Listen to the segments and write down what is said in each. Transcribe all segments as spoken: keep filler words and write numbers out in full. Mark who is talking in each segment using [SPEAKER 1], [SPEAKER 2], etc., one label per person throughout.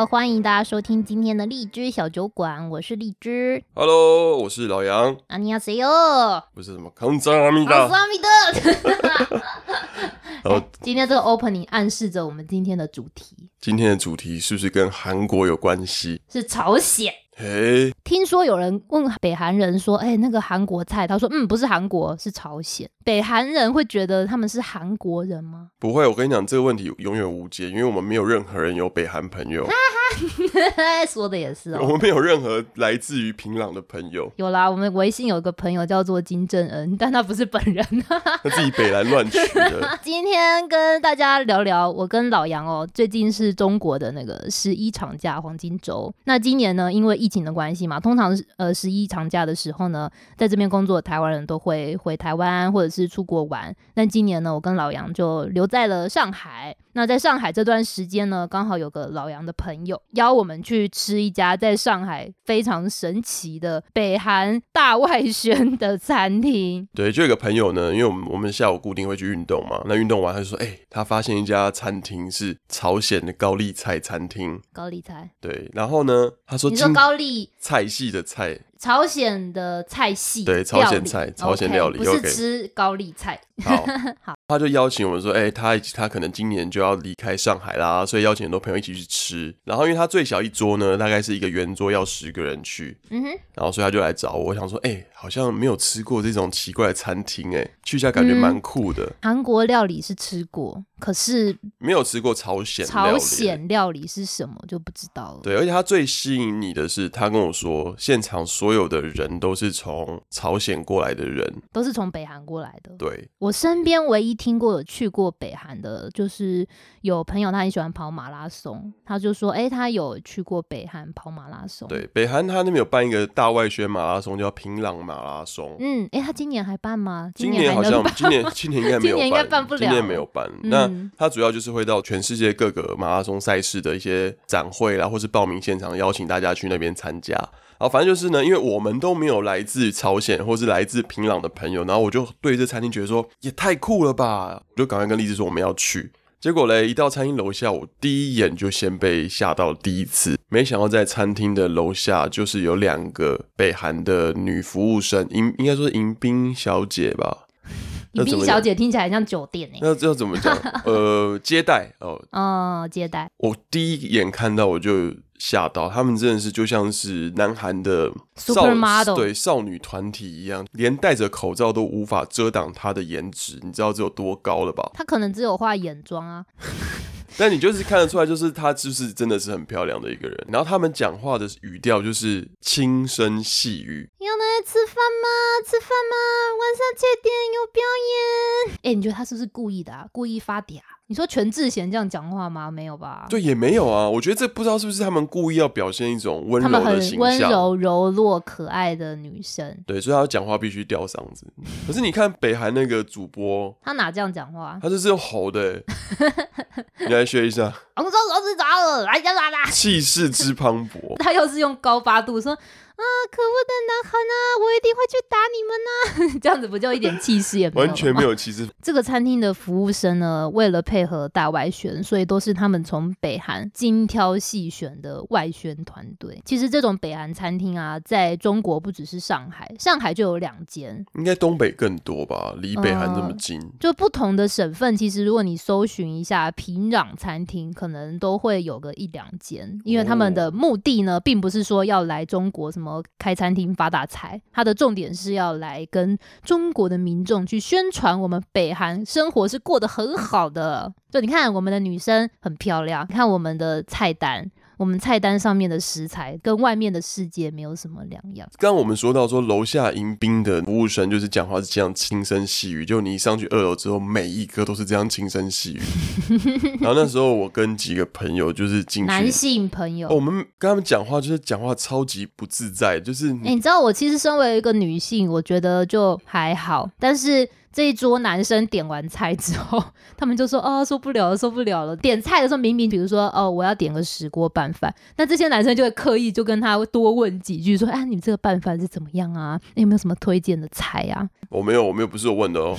[SPEAKER 1] 好，欢迎大家收听今天的荔枝小酒馆，我是荔枝。
[SPEAKER 2] Hello， 我是老杨。
[SPEAKER 1] 啊，你好谁哟？
[SPEAKER 2] 不是什么康扎阿米达。
[SPEAKER 1] 康扎阿米达。欸、今天这个 opening 暗示着我们今天的主题。
[SPEAKER 2] 今天的主题是不是跟韩国有关系？
[SPEAKER 1] 是朝鲜。
[SPEAKER 2] 嘿，
[SPEAKER 1] 听说有人问北韩人说：“哎、欸，那个韩国菜？”他说：“嗯，不是韩国，是朝鲜。”北韩人会觉得他们是韩国人吗？
[SPEAKER 2] 不会，我跟你讲，这个问题永远无解，因为我们没有任何人有北韩朋友。
[SPEAKER 1] 说的也是哦，
[SPEAKER 2] 我们没有任何来自于平壤的朋友。
[SPEAKER 1] 有啦，我们微信有一个朋友叫做金正恩，但他不是本人，
[SPEAKER 2] 他自己北来乱取的。
[SPEAKER 1] 今天跟大家聊聊，我跟老杨哦，最近是中国的那个十一长假黄金周。那今年呢，因为疫情的关系嘛，通常呃十一长假的时候呢，在这边工作的台湾人都会回台湾或者是出国玩。但今年呢，我跟老杨就留在了上海。那在上海这段时间呢，刚好有个老杨的朋友邀我们去吃一家在上海非常神奇的北韩大外宣的餐厅。
[SPEAKER 2] 对，就有个朋友呢，因为我们我们下午固定会去运动嘛，那运动完他就说，哎、欸，他发现一家餐厅是朝鲜的高丽菜餐厅。
[SPEAKER 1] 高丽菜。
[SPEAKER 2] 对，然后呢，他说，
[SPEAKER 1] 你说高丽
[SPEAKER 2] 菜系的菜。
[SPEAKER 1] 朝鲜的菜系，
[SPEAKER 2] 对，朝鲜菜，朝鲜料理，
[SPEAKER 1] okay, 不是吃高丽菜。
[SPEAKER 2] 好，
[SPEAKER 1] 好，
[SPEAKER 2] 他就邀请我们说，哎、欸，他他可能今年就要离开上海啦，所以邀请很多朋友一起去吃。然后因为他最小一桌呢，大概是一个圆桌，要十个人去。嗯哼。然后所以他就来找我，我想说，哎、欸，好像没有吃过这种奇怪的餐厅，哎，去一下感觉蛮酷的。
[SPEAKER 1] 韩、嗯、国料理是吃过，可是
[SPEAKER 2] 没有吃过朝鲜料理。
[SPEAKER 1] 朝鲜料理是什么就不知道了。
[SPEAKER 2] 对，而且他最吸引你的是，他跟我说，现场所有的人都是从朝鲜过来的人，
[SPEAKER 1] 都是从北韩过来的。
[SPEAKER 2] 对，
[SPEAKER 1] 我身边唯一听过有去过北韩的，就是有朋友他很喜欢跑马拉松，他就说，哎、欸，他有去过北韩跑马拉松。
[SPEAKER 2] 对，北韩他那边有办一个大外宣马拉松，叫平壤马拉松。
[SPEAKER 1] 嗯，哎、欸，他今年还办吗？
[SPEAKER 2] 今年好像今年今年应该没有办，
[SPEAKER 1] 今年应该办不了，
[SPEAKER 2] 今年没有办。嗯、那他主要就是会到全世界各个马拉松赛事的一些展会啦，或是报名现场，邀请大家去那边参加。然后反正就是呢，因为我们都没有来自朝鲜或是来自平壤的朋友，然后我就对这餐厅觉得说也太酷了吧，我就赶快跟荔枝说我们要去。结果嘞，一到餐厅楼下，我第一眼就先被吓到了第一次。没想到在餐厅的楼下就是有两个北韩的女服务生，应应该说是迎宾小姐吧。
[SPEAKER 1] 迎宾小姐听起来像酒店欸。
[SPEAKER 2] 那要怎么讲？呃，接待哦，
[SPEAKER 1] 哦，接待。
[SPEAKER 2] 我第一眼看到我就吓到，他们真的是就像是南韩的
[SPEAKER 1] Supermodel
[SPEAKER 2] 对少女团体一样，连戴着口罩都无法遮挡她的颜值，你知道这有多高了吧？
[SPEAKER 1] 她可能只有化眼妆啊。
[SPEAKER 2] 但你就是看得出来，就是她就是真的是很漂亮的一个人。然后他们讲话的语调就是轻声细语。
[SPEAKER 1] 要来吃饭吗？吃饭吗？晚上七点有表演。哎、欸，你觉得他是不是故意的啊？故意发嗲？你说全智贤这样讲话吗？没有吧？
[SPEAKER 2] 对，也没有啊。我觉得这不知道是不是他们故意要表现一种温柔的形象，
[SPEAKER 1] 他们很温柔、柔弱、可爱的女生。
[SPEAKER 2] 对，所以他讲话必须吊嗓子。可是你看北韩那个主播，
[SPEAKER 1] 他哪这样讲话？
[SPEAKER 2] 他就是用吼的。你来学一下。
[SPEAKER 1] 我说老子咋了？来呀啦啦！
[SPEAKER 2] 气势之磅礴。
[SPEAKER 1] 他又是用高八度说。啊！可恶的南韩啊！我一定会去打你们啊！这样子不就一点气势也没有了吗？
[SPEAKER 2] 完全没有气势。
[SPEAKER 1] 这个餐厅的服务生呢，为了配合大外宣，所以都是他们从北韩精挑细选的外宣团队。其实这种北韩餐厅啊，在中国不只是上海，上海就有两间，
[SPEAKER 2] 应该东北更多吧？离北韩这么近、呃，
[SPEAKER 1] 就不同的省份，其实如果你搜寻一下平壤餐厅，可能都会有个一两间，因为他们的目的呢，并不是说要来中国什么。开餐厅发大财，它的重点是要来跟中国的民众去宣传我们北韩生活是过得很好的。就你看我们的女生很漂亮，你看我们的菜单，我们菜单上面的食材跟外面的世界没有什么两样。
[SPEAKER 2] 刚刚我们说到说楼下迎宾的服务生就是讲话是这样轻声细语，就你一上去二楼之后每一个都是这样轻声细语。然后那时候我跟几个朋友就是进去，
[SPEAKER 1] 男性朋友、
[SPEAKER 2] 哦、我们跟他们讲话就是讲话超级不自在，就是你、
[SPEAKER 1] 欸、你知道我其实身为一个女性我觉得就还好，但是这一桌男生点完菜之后，他们就说哦受不了了受不了了。点菜的时候明明比如说哦我要点个石锅拌饭，那这些男生就会刻意就跟他多问几句说哎、啊、你这个拌饭是怎么样啊，你有没有什么推荐的菜啊？
[SPEAKER 2] 我没有我没有不是我问的哦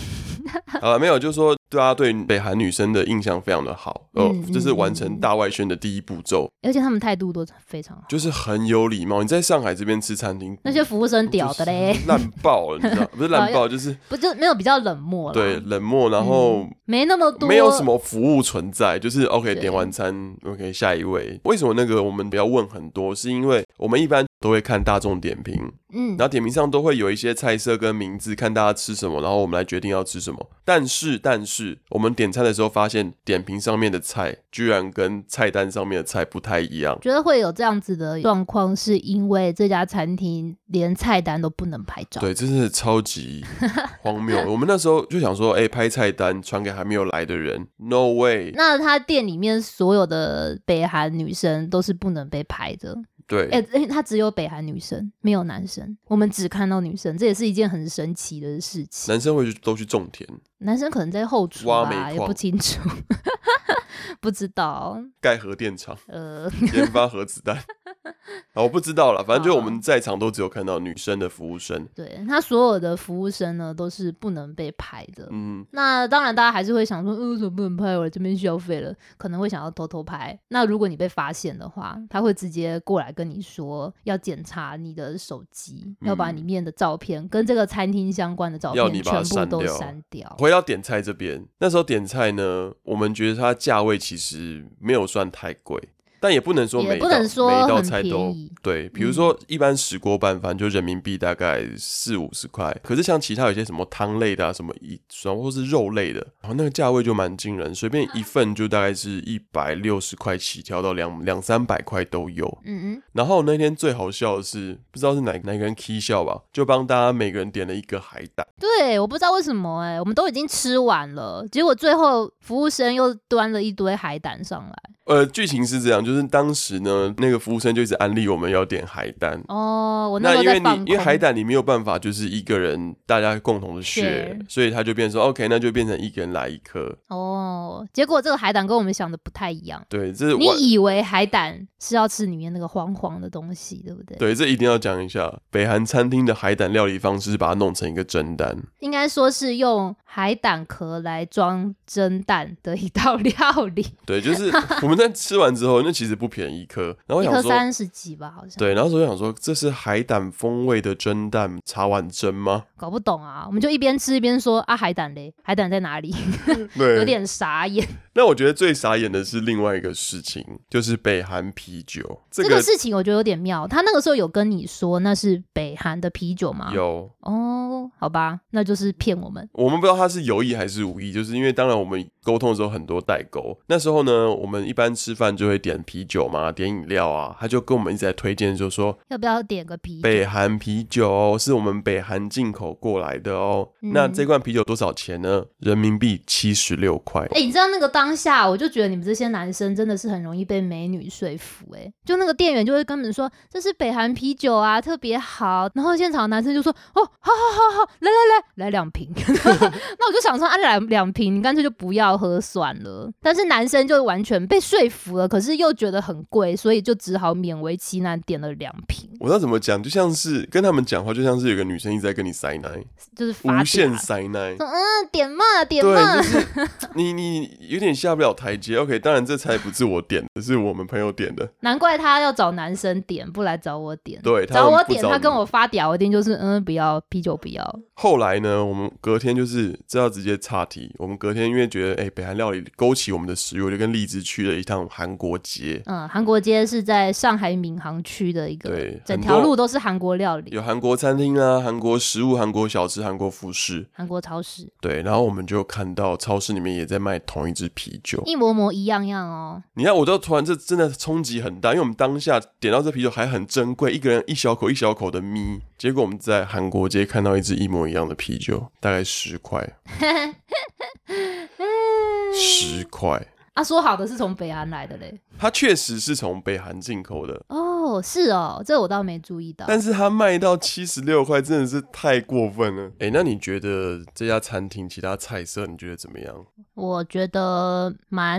[SPEAKER 2] 好了，没有，就是说大家对北韩女生的印象非常的好哦，嗯、这是完成大外宣的第一步骤，
[SPEAKER 1] 而且他们态度都非常好，
[SPEAKER 2] 就是很有礼貌。你在上海这边吃餐厅，
[SPEAKER 1] 那些服务生屌的嘞，
[SPEAKER 2] 烂爆了，你知道？不是烂爆，就是
[SPEAKER 1] 不就没有比较冷漠了，
[SPEAKER 2] 对，冷漠，然后、嗯、
[SPEAKER 1] 没那么多，
[SPEAKER 2] 没有什么服务存在，就是 OK 点完餐 OK 下一位。为什么那个我们不要问很多？是因为我们一般都会看大众点评，嗯，然后点评上都会有一些菜色跟名字，看大家吃什么，然后我们来决定要吃什么。但是，但是我们点餐的时候发现，点评上面的菜居然跟菜单上面的菜不太一样。
[SPEAKER 1] 觉得会有这样子的状况，是因为这家餐厅连菜单都不能拍照。
[SPEAKER 2] 对，真是超级荒谬。我们那时候就想说，哎、欸，拍菜单传给还没有来的人 ，No way。
[SPEAKER 1] 那他店里面所有的北韩女生都是不能被拍的。
[SPEAKER 2] 对，
[SPEAKER 1] 哎、欸，他只有北韩女生，没有男生，我们只看到女生，这也是一件很神奇的事情。
[SPEAKER 2] 男生会去都去种田，
[SPEAKER 1] 男生可能在后厨吧，也不清楚，不知道。
[SPEAKER 2] 盖核电厂，呃，研发核子弹。我不知道啦，反正就我们在场都只有看到女生的服务生。
[SPEAKER 1] 对，他所有的服务生呢都是不能被拍的。嗯，那当然大家还是会想说，呃，为什么不能拍？我这边消费了，可能会想要偷偷拍。那如果你被发现的话，他会直接过来跟你说，要检查你的手机，嗯、要把里面的照片跟这个餐厅相关的照片全部都删掉。
[SPEAKER 2] 回到点菜这边，那时候点菜呢，我们觉得它价位其实没有算太贵。但也不能说每一道每一道菜都对，比如说一般石锅拌饭就人民币大概四五十块，可是像其他有些什么汤类的啊，什么一或是肉类的，然后那个价位就蛮惊人，随便一份就大概是一百六十块起跳到两两三百块都有。嗯嗯。然后那天最好笑的是，不知道是哪哪个人 key 笑吧，就帮大家每个人点了一个海胆。
[SPEAKER 1] 对，我不知道为什么哎、欸，我们都已经吃完了，结果最后服务生又端了一堆海胆上来。
[SPEAKER 2] 呃，剧情是这样，就是当时呢，那个服务生就一直安利我们要点海胆。
[SPEAKER 1] 哦，我那时候在放空。
[SPEAKER 2] 那因为你因为海胆你没有办法，就是一个人大家共同的 share， 所以他就变成说 OK， 那就变成一个人来一颗。
[SPEAKER 1] 哦，结果这个海胆跟我们想的不太一样。
[SPEAKER 2] 对，这是
[SPEAKER 1] 你以为海胆是要吃里面那个黄黄的东西，对不对？
[SPEAKER 2] 对，这一定要讲一下，北韩餐厅的海胆料理方式是把它弄成一个蒸蛋，
[SPEAKER 1] 应该说是用海胆壳来装蒸蛋的一道料理。
[SPEAKER 2] 对，就是我们在吃完之后。那其实不便宜一颗，然后我想说
[SPEAKER 1] 一颗三十几吧，好像。
[SPEAKER 2] 对，然后我想说，这是海胆风味的蒸蛋茶碗蒸吗？
[SPEAKER 1] 搞不懂啊，我们就一边吃一边说啊，海胆嘞，海胆在哪里？
[SPEAKER 2] 对，
[SPEAKER 1] 有点傻眼。
[SPEAKER 2] 那我觉得最傻眼的是另外一个事情，就是北韩啤酒、
[SPEAKER 1] 这个、这个事情我觉得有点妙。他那个时候有跟你说那是北韩的啤酒吗？
[SPEAKER 2] 有
[SPEAKER 1] 哦，好吧，那就是骗我们。
[SPEAKER 2] 我们不知道他是有意还是无意，就是因为当然我们沟通的时候很多代沟。那时候呢，我们一般吃饭就会点啤酒嘛，点饮料啊，他就跟我们一直在推荐，就说
[SPEAKER 1] 要不要点个啤酒？
[SPEAKER 2] 北韩啤酒哦，是我们北韩进口过来的哦。嗯、那这罐啤酒多少钱呢？人民币七十六块。
[SPEAKER 1] 哎、欸，你知道那个当下，我就觉得你们这些男生真的是很容易被美女说服、欸。哎，就那个店员就会跟你们说这是北韩啤酒啊，特别好。然后现场的男生就说哦，好好好好，来来来，来两瓶。那我就想说啊，来两瓶，你干脆就不要喝算了。但是男生就完全被说服了，可是又觉得很贵，所以就只好勉为其难点了两瓶。
[SPEAKER 2] 我知道怎么讲，就像是跟他们讲话，就像是有个女生一直在跟你塞奶，
[SPEAKER 1] 就是
[SPEAKER 2] 无限塞奶。
[SPEAKER 1] 嗯，点嘛点嘛，
[SPEAKER 2] 对，就是你你有点下不了台阶。OK， 当然这菜不是我点的，是我们朋友点的。
[SPEAKER 1] 难怪他要找男生点，不来找我点。
[SPEAKER 2] 对，
[SPEAKER 1] 找我点，他跟我发屌一定就是嗯，不要啤酒不要。
[SPEAKER 2] 后来呢，我们隔天就是这要直接岔题。我们隔天因为觉得哎、欸，北韩料理勾起我们的食欲，我就跟荔枝去了一趟韩国街。
[SPEAKER 1] 嗯，韩国街是在上海闵行区的一个，对，整条路都是韩国料理，
[SPEAKER 2] 有韩国餐厅啊，韩国食物、韩国小吃、韩国服饰、
[SPEAKER 1] 韩国超市。
[SPEAKER 2] 对，然后我们就看到超市里面也在卖同一支啤酒，
[SPEAKER 1] 一模模一样样哦。
[SPEAKER 2] 你看，我都突然这真的冲击很大，因为我们当下点到这啤酒还很珍贵，一个人一小口一小口的咪，结果我们在韩国街看到一支一模一样的啤酒，大概十块，十块。
[SPEAKER 1] 啊，说好的是从北韩来的嘞，
[SPEAKER 2] 它确实是从北韩进口的
[SPEAKER 1] 哦，是哦，这我倒没注意到。
[SPEAKER 2] 但是它卖到七十六块，真的是太过分了。哎、欸，那你觉得这家餐厅其他菜色你觉得怎么样？
[SPEAKER 1] 我觉得蛮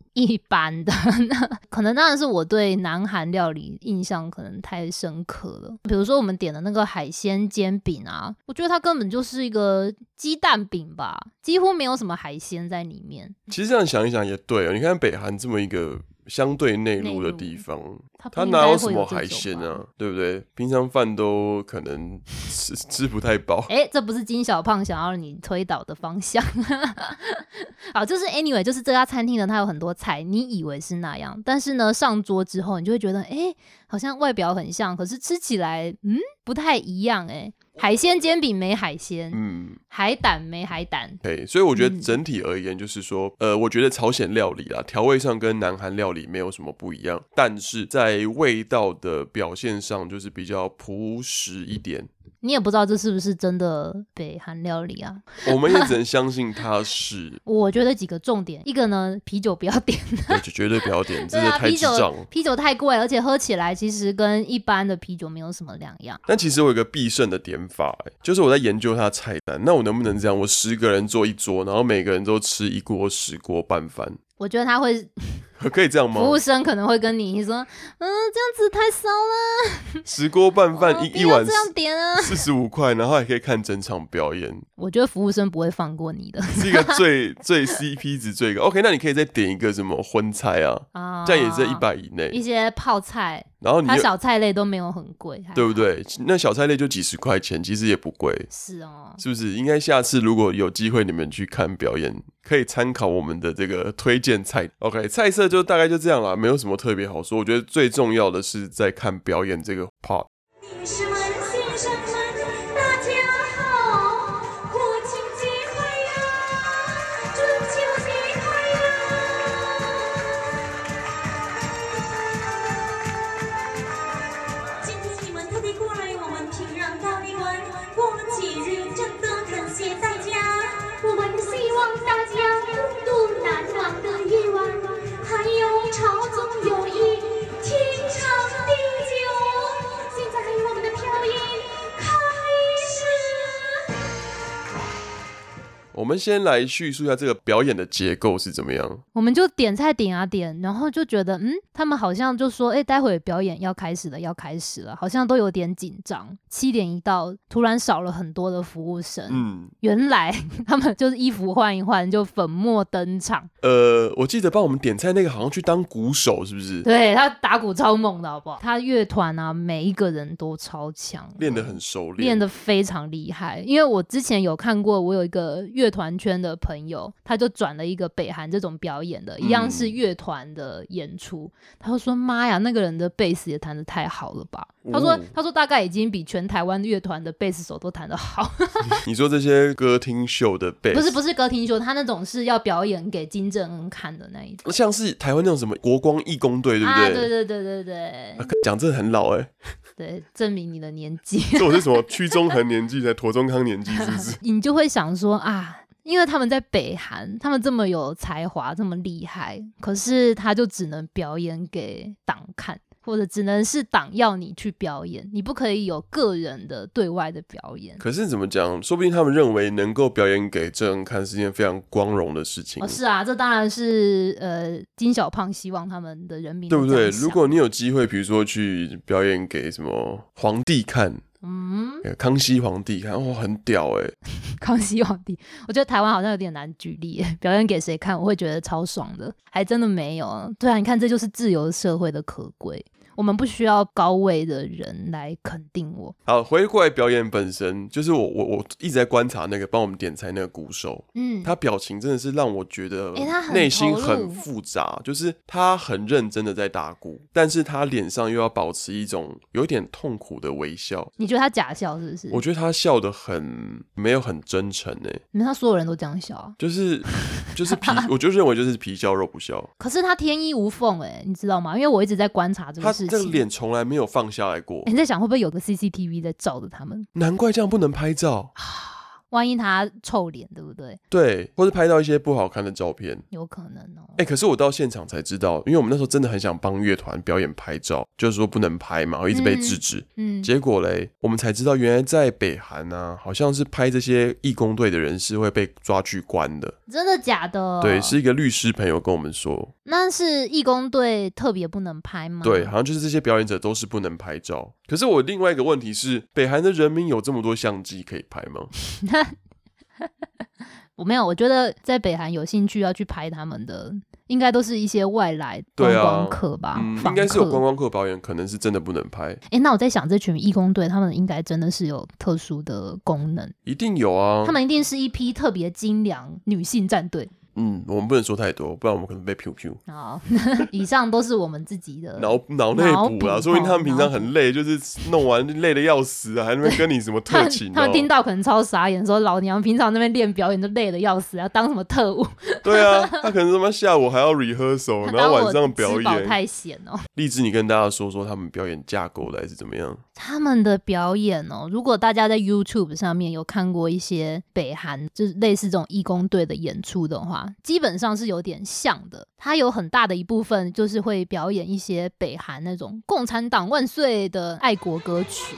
[SPEAKER 1] 一般的可能当然是我对南韩料理印象可能太深刻了。比如说我们点的那个海鲜煎饼啊，我觉得它根本就是一个鸡蛋饼吧，几乎没有什么海鲜在里面。
[SPEAKER 2] 其实这样想一想也对哦，你看北韩这么一个相对内陆的地方，它
[SPEAKER 1] 哪
[SPEAKER 2] 有什么海鲜啊？对不对？平常饭都可能吃吃不太饱。
[SPEAKER 1] 哎，这不是金小胖想要你推导的方向。好，就是 anyway， 就是这家餐厅呢，它有很多菜，你以为是那样，但是呢，上桌之后你就会觉得，哎，好像外表很像，可是吃起来，嗯，不太一样。哎，海鲜煎饼没海鲜，嗯，海胆没海胆。
[SPEAKER 2] 对，所以我觉得整体而言，就是说，嗯、呃，我觉得朝鲜料理啦，调味上跟南韩料理没有什么不一样，但是在味道的表现上，就是比较朴实一点。
[SPEAKER 1] 你也不知道这是不是真的北韩料理啊？
[SPEAKER 2] 我们也只能相信它是。
[SPEAKER 1] 我觉得几个重点，一个呢，啤酒不要点，
[SPEAKER 2] 对，就绝对不要点，真的太智障了、
[SPEAKER 1] 啊、啤酒太贵，而且喝起来其实跟一般的啤酒没有什么两样。
[SPEAKER 2] 但其实我有一个必胜的点法、欸，就是我在研究它的菜单，那我能不能这样？我十个人坐一桌，然后每个人都吃一锅石锅拌饭。
[SPEAKER 1] 我觉得他会
[SPEAKER 2] 可以这样吗？
[SPEAKER 1] 服务生可能会跟你说，嗯，这样子太少了。
[SPEAKER 2] 石锅拌饭、哦、一一碗
[SPEAKER 1] 这样点啊，
[SPEAKER 2] 四十五块，然后还可以看整场表演。
[SPEAKER 1] 我觉得服务生不会放过你的，
[SPEAKER 2] 是一个最最 C P 值最高。OK， 那你可以再点一个什么荤菜啊？啊，这样也是一百以内。
[SPEAKER 1] 一些泡菜，
[SPEAKER 2] 然后你
[SPEAKER 1] 它小菜类都没有很贵，
[SPEAKER 2] 对不对？那小菜类就几十块钱，其实也不贵。
[SPEAKER 1] 是哦，
[SPEAKER 2] 是不是？应该下次如果有机会你们去看表演，可以参考我们的这个推荐菜。OK， 菜色就大概就这样啦，没有什么特别好说。我觉得最重要的是在看表演这个 part。女士们、先生们，大家好，国庆节快乐，中秋节快乐。今天你们特地过来我们平壤大理玩，过节日真的感谢大家。我们希望大家共度难忘的夜晚，还有朝中友谊，天长地久。现在我们的表演开始。我们先来叙述一下这个表演的结构是怎么样。
[SPEAKER 1] 我们就点菜点啊点，然后就觉得嗯，他们好像就说，哎、欸，待会表演要开始了，要开始了，好像都有点紧张。七点一到，突然少了很多的服务生。嗯，原来他们就是衣服换一换，就粉墨登场。
[SPEAKER 2] 呃，我记得帮我们点菜那个好像去当鼓手，是不是？
[SPEAKER 1] 对，他打鼓超猛的，好不好？他乐团啊，每一个人都超强，
[SPEAKER 2] 练得很熟练，
[SPEAKER 1] 练得非常厉害。因为我之前有看过，我有一个乐团圈的朋友，他就转了一个北韩这种表演的，一样是乐团的演出。嗯、他就说：“妈呀，那个人的贝斯也弹得太好了吧？”他说：“他说大概已经比全台湾乐团的贝斯手都弹得好。”
[SPEAKER 2] 你说这些歌厅秀的贝斯，
[SPEAKER 1] 不是不是歌厅秀，他那种是要表演给金正恩看的那一种，
[SPEAKER 2] 像是台湾那种什么国光义工队，对不对？
[SPEAKER 1] 啊，对对对对对。
[SPEAKER 2] 讲、啊、这很老哎、欸。
[SPEAKER 1] 对，证明你的年纪。
[SPEAKER 2] 这我是什么屈中恒年纪才陀中康年纪，是不是？
[SPEAKER 1] 你就会想说啊。因为他们在北韩，他们这么有才华，这么厉害，可是他就只能表演给党看，或者只能是党要你去表演，你不可以有个人的对外的表演。
[SPEAKER 2] 可是怎么讲？说不定他们认为能够表演给这人看是件非常光荣的事情。
[SPEAKER 1] 哦，是啊，这当然是呃金小胖希望他们的人民，
[SPEAKER 2] 对不对？如果你有机会，比如说去表演给什么皇帝看。嗯，康熙皇帝看哦，很屌哎、欸！
[SPEAKER 1] 康熙皇帝，我觉得台湾好像有点难举例，表演给谁看，我会觉得超爽的，还真的没有。对啊，你看，这就是自由社会的可贵。我们不需要高位的人来肯定我。
[SPEAKER 2] 好，回过来表演本身，就是我我我一直在观察那个帮我们点菜那个鼓手，嗯，他表情真的是让我觉得内心很复杂，欸、就是他很认真的在打鼓，但是他脸上又要保持一种有点痛苦的微笑。
[SPEAKER 1] 你觉得他假笑是不是？
[SPEAKER 2] 我觉得他笑得很没有很真诚哎、欸，
[SPEAKER 1] 你看他所有人都这样笑啊，
[SPEAKER 2] 就是就是皮，我就认为就是皮笑肉不笑。
[SPEAKER 1] 可是他天衣无缝哎、欸，你知道吗？因为我一直在观察这个事情。
[SPEAKER 2] 这个脸从来没有放下来过。
[SPEAKER 1] 你在想会不会有个 C C T V 在照着他们？
[SPEAKER 2] 难怪这样不能拍照。
[SPEAKER 1] 万一他臭脸，对不对？
[SPEAKER 2] 对，或是拍到一些不好看的照片，
[SPEAKER 1] 有可能哦。
[SPEAKER 2] 哎、欸，可是我到现场才知道，因为我们那时候真的很想帮乐团表演拍照，就是说不能拍嘛，我一直被制止。嗯，嗯结果嘞，我们才知道原来在北韩啊，好像是拍这些义工队的人是会被抓去关的。
[SPEAKER 1] 真的假的？
[SPEAKER 2] 对，是一个律师朋友跟我们说。
[SPEAKER 1] 那是义工队特别不能拍吗？
[SPEAKER 2] 对，好像就是这些表演者都是不能拍照。可是我另外一个问题是，北韩的人民有这么多相机可以拍吗？
[SPEAKER 1] 我没有，我觉得在北韩有兴趣要去拍他们的，应该都是一些外来观光客吧。
[SPEAKER 2] 对啊，嗯，应该是有观光客表演，可能是真的不能拍。
[SPEAKER 1] 哎，那我在想，这群义工队他们应该真的是有特殊的功能，
[SPEAKER 2] 一定有啊。
[SPEAKER 1] 他们一定是一批特别精良女性战队。
[SPEAKER 2] 嗯，我们不能说太多，不然我们可能被 P P。
[SPEAKER 1] 好，以上都是我们自己的
[SPEAKER 2] 脑脑内补啦，说明他们平常很累，就是弄完累得要死啊，还在那边跟你什么特勤、喔
[SPEAKER 1] 他。他们听到可能超傻眼，说老娘平常那边练表演都累得要死，要当什么特务？
[SPEAKER 2] 对啊，他可能他妈下午还要 rehearsal， 然后晚上表演。
[SPEAKER 1] 太闲哦。
[SPEAKER 2] 励志，你跟大家说说他们表演架构的还是怎么样？
[SPEAKER 1] 他们的表演哦，如果大家在 YouTube 上面有看过一些北韩就是类似这种义工队的演出的话，基本上是有点像的。它有很大的一部分就是会表演一些北韩那种共产党万岁的爱国歌曲。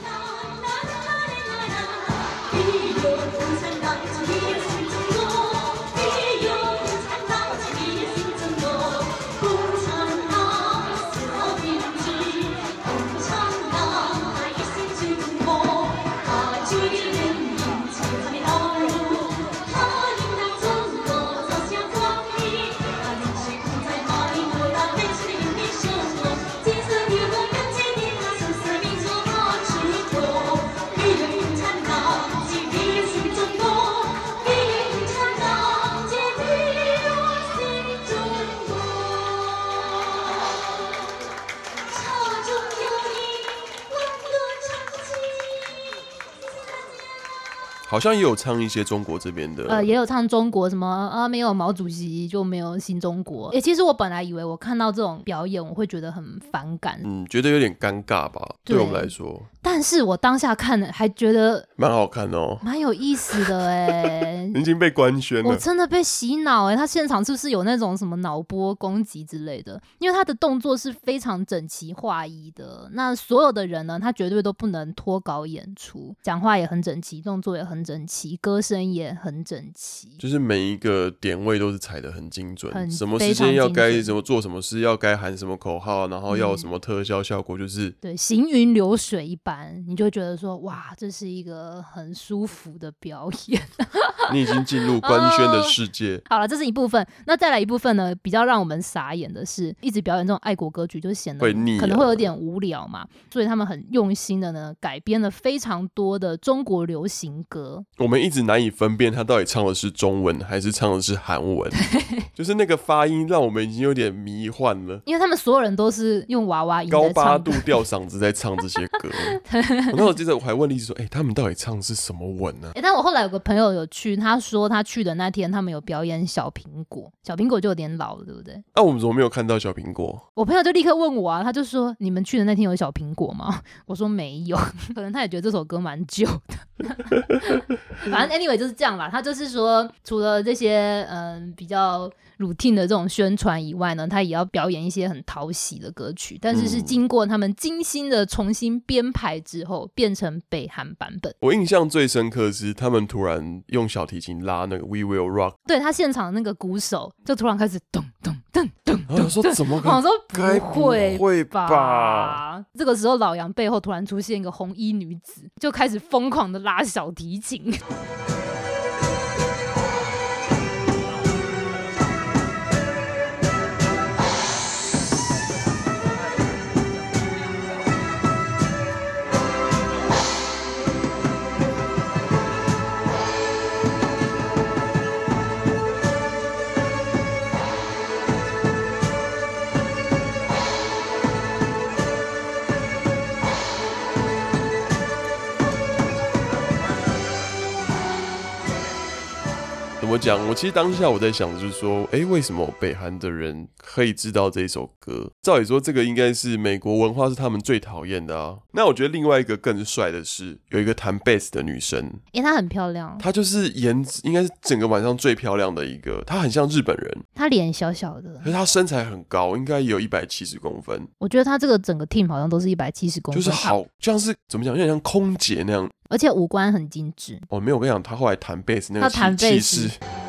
[SPEAKER 2] 好像也有唱一些中国这边的，
[SPEAKER 1] 呃，也有唱中国什么啊，没有毛主席就没有新中国。哎、欸，其实我本来以为我看到这种表演，我会觉得很反感，
[SPEAKER 2] 嗯，觉得有点尴尬吧，对我们来说。
[SPEAKER 1] 但是我当下看还觉得
[SPEAKER 2] 蛮好看哦，
[SPEAKER 1] 蛮有意思的哎、欸，
[SPEAKER 2] 已经被官宣了，
[SPEAKER 1] 我真的被洗脑哎、欸！他现场是不是有那种什么脑波攻击之类的？因为他的动作是非常整齐划一的，那所有的人呢，他绝对都不能脱稿演出，讲话也很整齐，动作也很整齐，歌声也很整齐，
[SPEAKER 2] 就是每一个点位都是踩得很精准，很什么时间要该怎么做什么事，要该喊什么口号，然后要有什么特效效果，就是、嗯、
[SPEAKER 1] 对行云流水一般，你就会觉得说哇，这是一个很舒服的表演。
[SPEAKER 2] 你已经进入官宣的世界。
[SPEAKER 1] 好了，这是一部分。那再来一部分呢，比较让我们傻眼的是，一直表演这种爱国歌曲，就显得可能会有点无聊嘛。所以他们很用心的呢，改编了非常多的中国流行歌。
[SPEAKER 2] 我们一直难以分辨他到底唱的是中文还是唱的是韩文，就是那个发音让我们已经有点迷幻了。
[SPEAKER 1] 因为他们所有人都是用娃娃音在唱，
[SPEAKER 2] 高八度吊嗓子在唱这些歌。我那时候记得我还问丽子说：“哎、欸，他们到底唱的是什么文呢、啊？”
[SPEAKER 1] 哎、欸，但我后来有个朋友有去，他说他去的那天他们有表演小苹果，小苹果就有点老了，对不对？
[SPEAKER 2] 那、啊、我们怎么没有看到小苹果？
[SPEAKER 1] 我朋友就立刻问我啊，他就说：“你们去的那天有小苹果吗？”我说没有，可能他也觉得这首歌蛮旧的。反正 anyway 就是这样啦，他就是说，除了这些嗯比较 routine 的这种宣传以外呢，他也要表演一些很讨喜的歌曲，但是是经过他们精心的重新编排之后，变成北韩版本。
[SPEAKER 2] 我印象最深刻是他们突然用小提琴拉那个 We Will Rock，
[SPEAKER 1] 对，他现场那个鼓手就突然开始咚咚咚咚咚，
[SPEAKER 2] 我说怎么可能？
[SPEAKER 1] 我说不会
[SPEAKER 2] 不会吧？
[SPEAKER 1] 这个时候老杨背后突然出现一个红衣女子，就开始疯狂的拉小提琴。
[SPEAKER 2] 么讲？我其实当下我在想的就是说，哎，为什么北韩的人可以知道这一首歌？照理说，这个应该是美国文化是他们最讨厌的啊。那我觉得另外一个更帅的是，有一个弹贝斯的女生，
[SPEAKER 1] 哎，她很漂亮，
[SPEAKER 2] 她就是颜值应该是整个晚上最漂亮的一个，她很像日本人，
[SPEAKER 1] 她脸小小的，
[SPEAKER 2] 可是她身材很高，应该也有一百七十公分。
[SPEAKER 1] 我觉得她这个整个 team 好像都是一百七十公分，
[SPEAKER 2] 就是好像是怎么讲，有点像空姐那样，
[SPEAKER 1] 而且五官很精致。
[SPEAKER 2] 哦，没有，我跟你讲，她后来弹贝斯那个气势。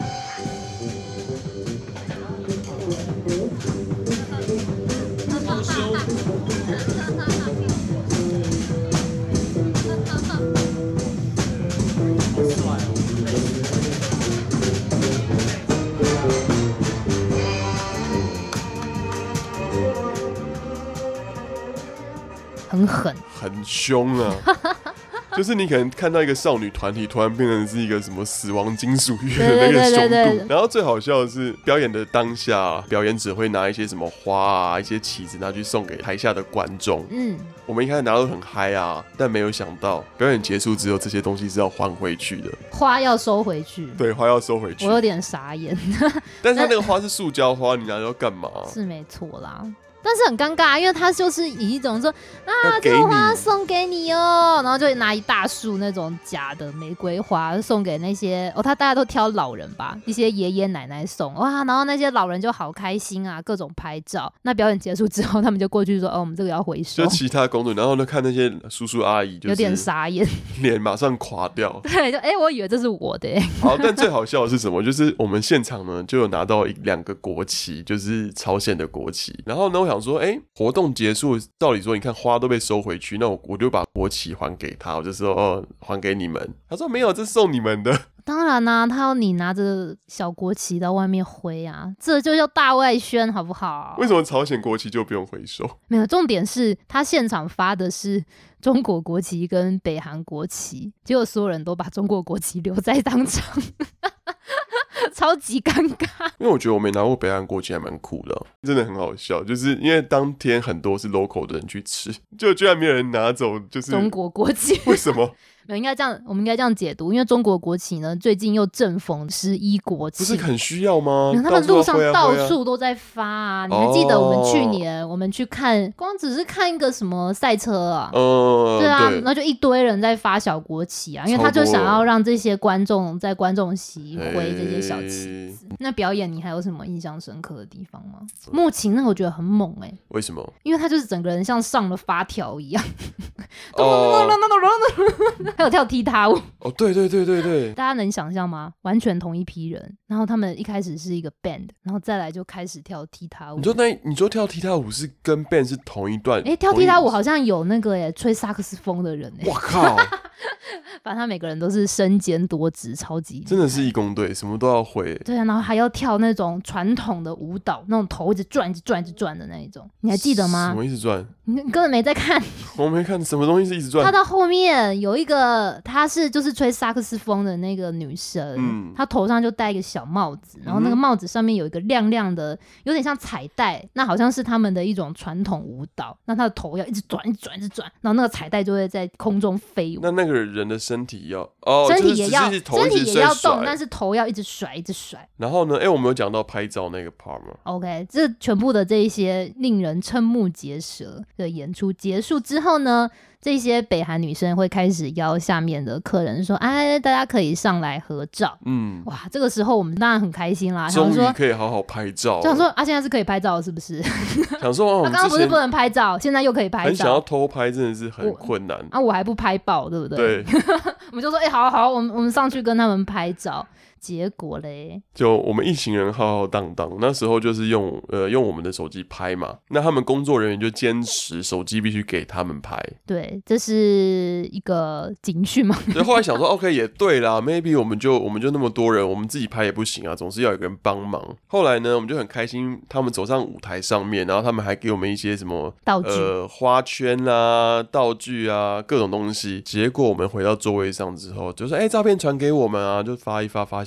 [SPEAKER 1] 很狠，
[SPEAKER 2] 很凶啊！就是你可能看到一个少女团体突然变成是一个什么死亡金属乐的那个凶度，对对对对，然后最好笑的是表演的当下，表演者会拿一些什么花啊、一些旗子拿去送给台下的观众。嗯，我们一开始拿都很嗨啊，但没有想到表演结束之后，这些东西是要还回去的，
[SPEAKER 1] 花要收回去。
[SPEAKER 2] 对，花要收回去。
[SPEAKER 1] 我有点傻眼。
[SPEAKER 2] 但是他那个花是塑胶花，你拿要干嘛？
[SPEAKER 1] 是没错啦。但是很尴尬，因为他就是以一种说啊，这个花送给你哦，然后就拿一大束那种假的玫瑰花送给那些哦，他大家都挑老人吧，一些爷爷奶奶送哇，然后那些老人就好开心啊，各种拍照。那表演结束之后，他们就过去说哦，我们这个要回收。
[SPEAKER 2] 就其他工作，然后呢看那些叔叔阿姨，就是
[SPEAKER 1] 有点傻眼，
[SPEAKER 2] 脸马上垮掉。
[SPEAKER 1] 对，就哎、欸，我以为这是我的、欸。
[SPEAKER 2] 好，但最好笑的是什么？就是我们现场呢就有拿到两个国旗，就是朝鲜的国旗。然后呢，我想说，哎、欸。活动结束，照理说，你看花都被收回去，那我我就把国旗还给他，我就说哦，还给你们。他说没有，这是送你们的。
[SPEAKER 1] 当然啦、啊，他要你拿着小国旗到外面挥啊，这就叫大外宣，好不好？
[SPEAKER 2] 为什么朝鲜国旗就不用回收？
[SPEAKER 1] 没有，重点是他现场发的是中国国旗跟北韩国旗，结果所有人都把中国国旗留在当场。超级尴尬，
[SPEAKER 2] 因为我觉得我没拿过北韩国旗还蛮酷的、啊，真的很好笑。就是因为当天很多是 local 的人去吃，就居然没有人拿走，就是
[SPEAKER 1] 中国国旗。
[SPEAKER 2] 为什么？
[SPEAKER 1] 没有，应该这样，我们应该这样解读，因为中国国旗呢，最近又正逢十一国庆，
[SPEAKER 2] 不是很需要吗？
[SPEAKER 1] 他们路上到处都在发啊！你还记得我们去年、哦、我们去看，光只是看一个什么赛车啊？
[SPEAKER 2] 嗯，
[SPEAKER 1] 对啊，
[SPEAKER 2] 对，
[SPEAKER 1] 那就一堆人在发小国旗啊，因为他就想要让这些观众在观众席挥这些小旗子。那表演你还有什么印象深刻的地方吗？木琴那个我觉得很猛哎、欸，
[SPEAKER 2] 为什么？
[SPEAKER 1] 因为他就是整个人像上了发条一样。哦还有跳踢踏舞
[SPEAKER 2] 哦，对对对对对，
[SPEAKER 1] 大家能想象吗？完全同一批人，然后他们一开始是一个 band， 然后再来就开始跳踢踏舞。
[SPEAKER 2] 你说那你说跳踢踏舞是跟 band 是同一段？
[SPEAKER 1] 哎、欸，跳踢踏舞好像有那个耶吹萨克斯风的人哎，
[SPEAKER 2] 我靠！
[SPEAKER 1] 反正他每个人都是身兼多职，超级
[SPEAKER 2] 真的是义工队，什么都要会。
[SPEAKER 1] 对啊，然后还要跳那种传统的舞蹈，那种头一直转、一直转、一直转的那一种，你还记得吗？
[SPEAKER 2] 什么一直转？
[SPEAKER 1] 你根本没在看。
[SPEAKER 2] 我没看，什么东西是一直转？
[SPEAKER 1] 他到后面有一个，她是就是吹萨克斯风的那个女生，嗯，她头上就戴一个小帽子，然后那个帽子上面有一个亮亮的，有点像彩带，那好像是他们的一种传统舞蹈。那她的头要一直转、一直转、一直转，然后那个彩带就会在空中飞舞。
[SPEAKER 2] 那那个人的身体要哦，
[SPEAKER 1] 身体也要，
[SPEAKER 2] 就是
[SPEAKER 1] 身体也要动，但是头要一直甩、一直甩。
[SPEAKER 2] 然后呢？哎、欸，我们有讲到拍照那个 part 吗
[SPEAKER 1] ？OK， 这全部的这一些令人瞠目结舌的演出结束之后呢？这些北韩女生会开始邀下面的客人说：“哎，大家可以上来合照。”嗯，哇，这个时候我们当然很开心啦，
[SPEAKER 2] 终于可以好好拍照。
[SPEAKER 1] 想说啊，现在是可以拍照是不是？
[SPEAKER 2] 想说，
[SPEAKER 1] 他刚刚不是不能拍照，现在又可以拍照。
[SPEAKER 2] 很想要偷拍，真的是很困难
[SPEAKER 1] 啊！我还不拍爆，对不对？
[SPEAKER 2] 对，
[SPEAKER 1] 我们就说：“哎、欸，好好，我们我们上去跟他们拍照。”结果嘞，
[SPEAKER 2] 就我们一行人浩浩荡荡，那时候就是用呃用我们的手机拍嘛，那他们工作人员就坚持手机必须给他们拍。
[SPEAKER 1] 对，这是一个警讯嘛。
[SPEAKER 2] 所以后来想说，OK 也对啦 ，maybe 我们就我们就那么多人，我们自己拍也不行啊，总是要有个人帮忙。后来呢，我们就很开心，他们走上舞台上面，然后他们还给我们一些什么
[SPEAKER 1] 道具，
[SPEAKER 2] 呃花圈啦、道具啊，各种东西。结果我们回到座位上之后，就说：“哎、欸，照片传给我们啊！”就发一发，发现。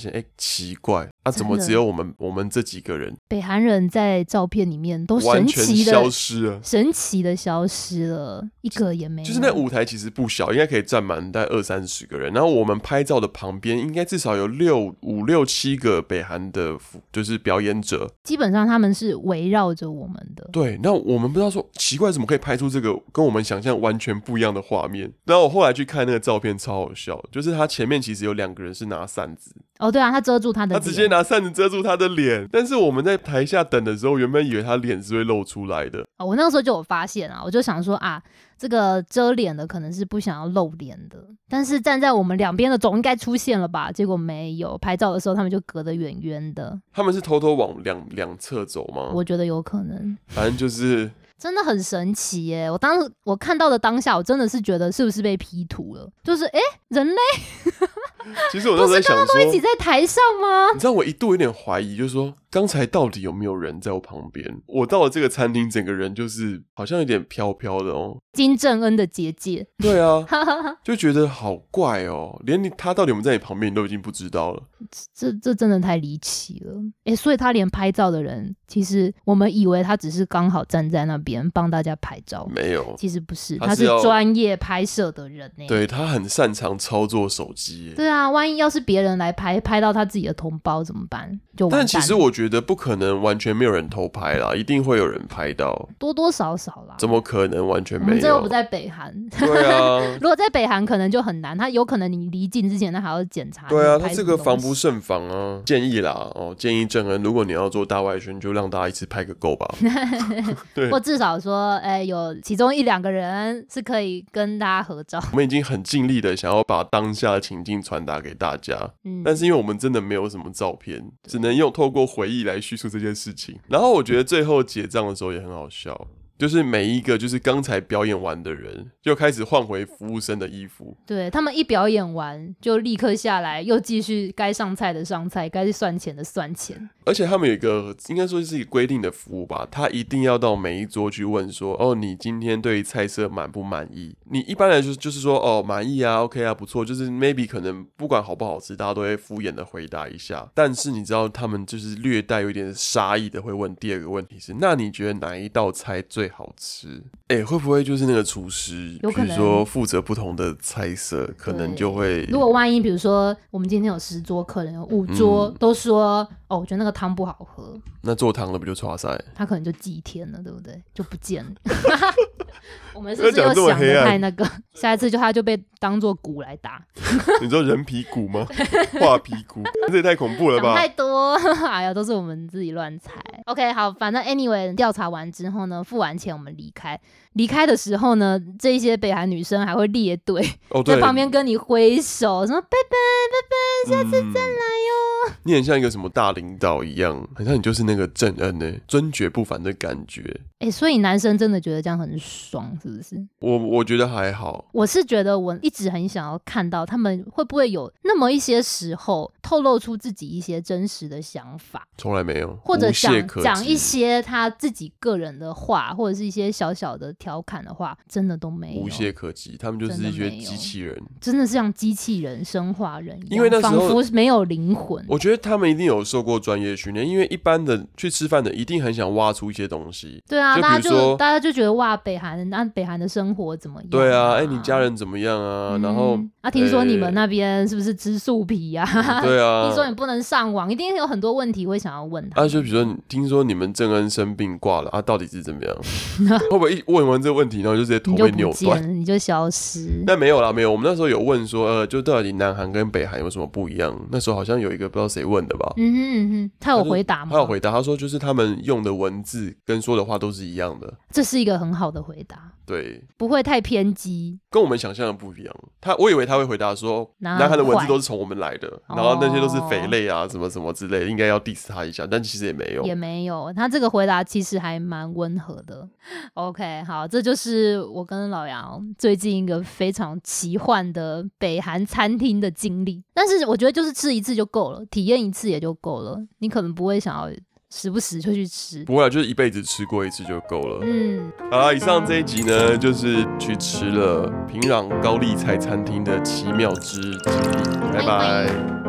[SPEAKER 2] 现，哎、欸，奇怪，啊，怎么只有我们我们这几个人？
[SPEAKER 1] 北韩人在照片里面都神奇的
[SPEAKER 2] 消失了，
[SPEAKER 1] 神奇的消失了，一个也没有。
[SPEAKER 2] 就是那舞台其实不小，应该可以站满大概二三十个人。然后我们拍照的旁边，应该至少有六五六七个北韩的，就是表演者。
[SPEAKER 1] 基本上他们是围绕着我们的。
[SPEAKER 2] 对，那我们不知道说奇怪，怎么可以拍出这个跟我们想象完全不一样的画面？然后我后来去看那个照片，超好笑，就是他前面其实有两个人是拿扇子。
[SPEAKER 1] 哦，对啊，他遮住他的脸，
[SPEAKER 2] 他直接拿扇子遮住他的脸。但是我们在台下等的时候，原本以为他脸是会露出来的。
[SPEAKER 1] 哦，我那个时候就有发现啊，我就想说啊，这个遮脸的可能是不想要露脸的，但是站在我们两边的总应该出现了吧？结果没有，拍照的时候他们就隔得远远的。
[SPEAKER 2] 他们是偷偷往两两侧走吗？
[SPEAKER 1] 我觉得有可能，
[SPEAKER 2] 反正就是
[SPEAKER 1] 真的很神奇耶！我当时我看到的当下，我真的是觉得是不是被 P 图了？就是哎，人类。
[SPEAKER 2] 其实我那时候在想说，
[SPEAKER 1] 不是刚刚都一起在台上吗？
[SPEAKER 2] 你知道我一度有点怀疑，就是说刚才到底有没有人在我旁边？我到了这个餐厅，整个人就是好像有点飘飘的哦。
[SPEAKER 1] 金正恩的结界。
[SPEAKER 2] 对啊，就觉得好怪哦，连你他到底有没有在你旁边，你都已经不知道了。
[SPEAKER 1] 这这真的太离奇了。哎，所以他连拍照的人，其实我们以为他只是刚好站在那边帮大家拍照，
[SPEAKER 2] 没有，
[SPEAKER 1] 其实不是，
[SPEAKER 2] 他是
[SPEAKER 1] 专业拍摄的人呢。
[SPEAKER 2] 对，他很擅长操作手机。
[SPEAKER 1] 对啊，万一要是别人来拍，拍到他自己的同胞怎么办？就完蛋了。
[SPEAKER 2] 但其实我觉得不可能完全没有人偷拍啦，一定会有人拍到，
[SPEAKER 1] 多多少少啦。
[SPEAKER 2] 怎么可能完全没有？
[SPEAKER 1] 我们这又不在北韩。
[SPEAKER 2] 对啊，
[SPEAKER 1] 如果在北韩可能就很难，他有可能你离境之前他还要检查。
[SPEAKER 2] 对啊，他这个防不胜防啊。建议啦，哦，建议正恩，如果你要做大外宣，就让大家一次拍个够吧。对，
[SPEAKER 1] 或至少说，哎、欸，有其中一两个人是可以跟大家合照。
[SPEAKER 2] 我们已经很尽力的想要把当下的情境传达给大家，嗯，但是因为我们真的没有什么照片，只能用透过回忆来叙述这件事情。然后我觉得最后结账的时候也很好笑。就是每一个就是刚才表演完的人就开始换回服务生的衣服，
[SPEAKER 1] 对，他们一表演完就立刻下来，又继续该上菜的上菜，该算钱的算钱。
[SPEAKER 2] 而且他们有一个应该说是一个规定的服务吧，他一定要到每一桌去问说，哦，你今天对菜色满不满意？你一般来说就是说，哦，满意啊 ，OK 啊，不错，就是 maybe 可能不管好不好吃，大家都会敷衍的回答一下。但是你知道他们就是略带有点杀意的会问第二个问题是，那你觉得哪一道菜最好吃？哎、欸，会不会就是那个厨师，比如说负责不同的菜色，可能就会，
[SPEAKER 1] 如果万一比如说我们今天有十桌客人，有五桌、嗯、都说，哦，我觉得那个汤不好喝，
[SPEAKER 2] 那做汤的不就剉赛？他
[SPEAKER 1] 可能就祭天了，对不对？就不见了。我们是不是又想得太那个？下一次就他就被当作鼓来打。
[SPEAKER 2] 你说人皮鼓吗？画皮鼓，这也太恐怖了吧！
[SPEAKER 1] 想太多，哎呀，都是我们自己乱猜。OK， 好，反正 anyway 调查完之后呢，付完钱我们离开。离开的时候呢，这一些北韩女生还会列队、哦、在旁边跟你挥手，什么拜拜拜拜，下次再来哟、嗯。
[SPEAKER 2] 你很像一个什么大领导一样，很像你就是那个正恩呢，尊爵不凡的感觉。
[SPEAKER 1] 哎、欸，所以男生真的觉得这样很爽，是不是？
[SPEAKER 2] 我我觉得还好。
[SPEAKER 1] 我是觉得我一直很想要看到他们会不会有那么一些时候透露出自己一些真实的想法，
[SPEAKER 2] 从来没有，
[SPEAKER 1] 或者讲讲一些他自己个人的话，或者是一些小小的调侃的话，真的都没有，
[SPEAKER 2] 无懈可击。他们就是一些机器人，
[SPEAKER 1] 真的是像机器人、生化人一样，
[SPEAKER 2] 因为那时候
[SPEAKER 1] 仿佛没有灵魂。
[SPEAKER 2] 我觉得他们一定有受过专业训练，因为一般的去吃饭的一定很想挖出一些东西。
[SPEAKER 1] 对啊，就大家就大家就觉得哇，北韩那北韩的生活怎么样、啊？
[SPEAKER 2] 对啊，哎、欸，你家人怎么样啊？嗯、然后
[SPEAKER 1] 啊，听说你们那边是不是吃素皮啊？
[SPEAKER 2] 欸、对啊，
[SPEAKER 1] 听说你不能上网，一定有很多问题会想要问他。
[SPEAKER 2] 啊，就比如说，听说你们正恩生病挂了啊，到底是怎么样？会不会一问完这个问题，然后就直接头被扭断，
[SPEAKER 1] 你就消失？
[SPEAKER 2] 那没有啦，没有。我们那时候有问说，呃，就到底南韩跟北韩有什么不一样？那时候好像有一个不知道谁问的吧？
[SPEAKER 1] 嗯哼嗯哼，他有回答吗？
[SPEAKER 2] 他有回答，他说就是他们用的文字跟说的话都是一样的。
[SPEAKER 1] 这是一个很好的回答。
[SPEAKER 2] 对，
[SPEAKER 1] 不会太偏激，
[SPEAKER 2] 跟我们想象的不一样。他我以为他会回答说，南韩的文字都是从我们来的，然后那些都是匪类啊，什么什么之类的，应该要 diss 他一下，但其实也没有，
[SPEAKER 1] 也没有。他这个回答其实还蛮温和的。OK， 好，这就是我跟老杨最近一个非常奇幻的北韩餐厅的经历。但是我觉得就是吃一次就够了，体验一次也就够了，你可能不会想要时不时就去吃，
[SPEAKER 2] 不会啊，就是一辈子吃过一次就够了。
[SPEAKER 1] 嗯，
[SPEAKER 2] 好啦，以上这一集呢，就是去吃了平壤高丽菜餐厅的奇妙之经历，拜拜。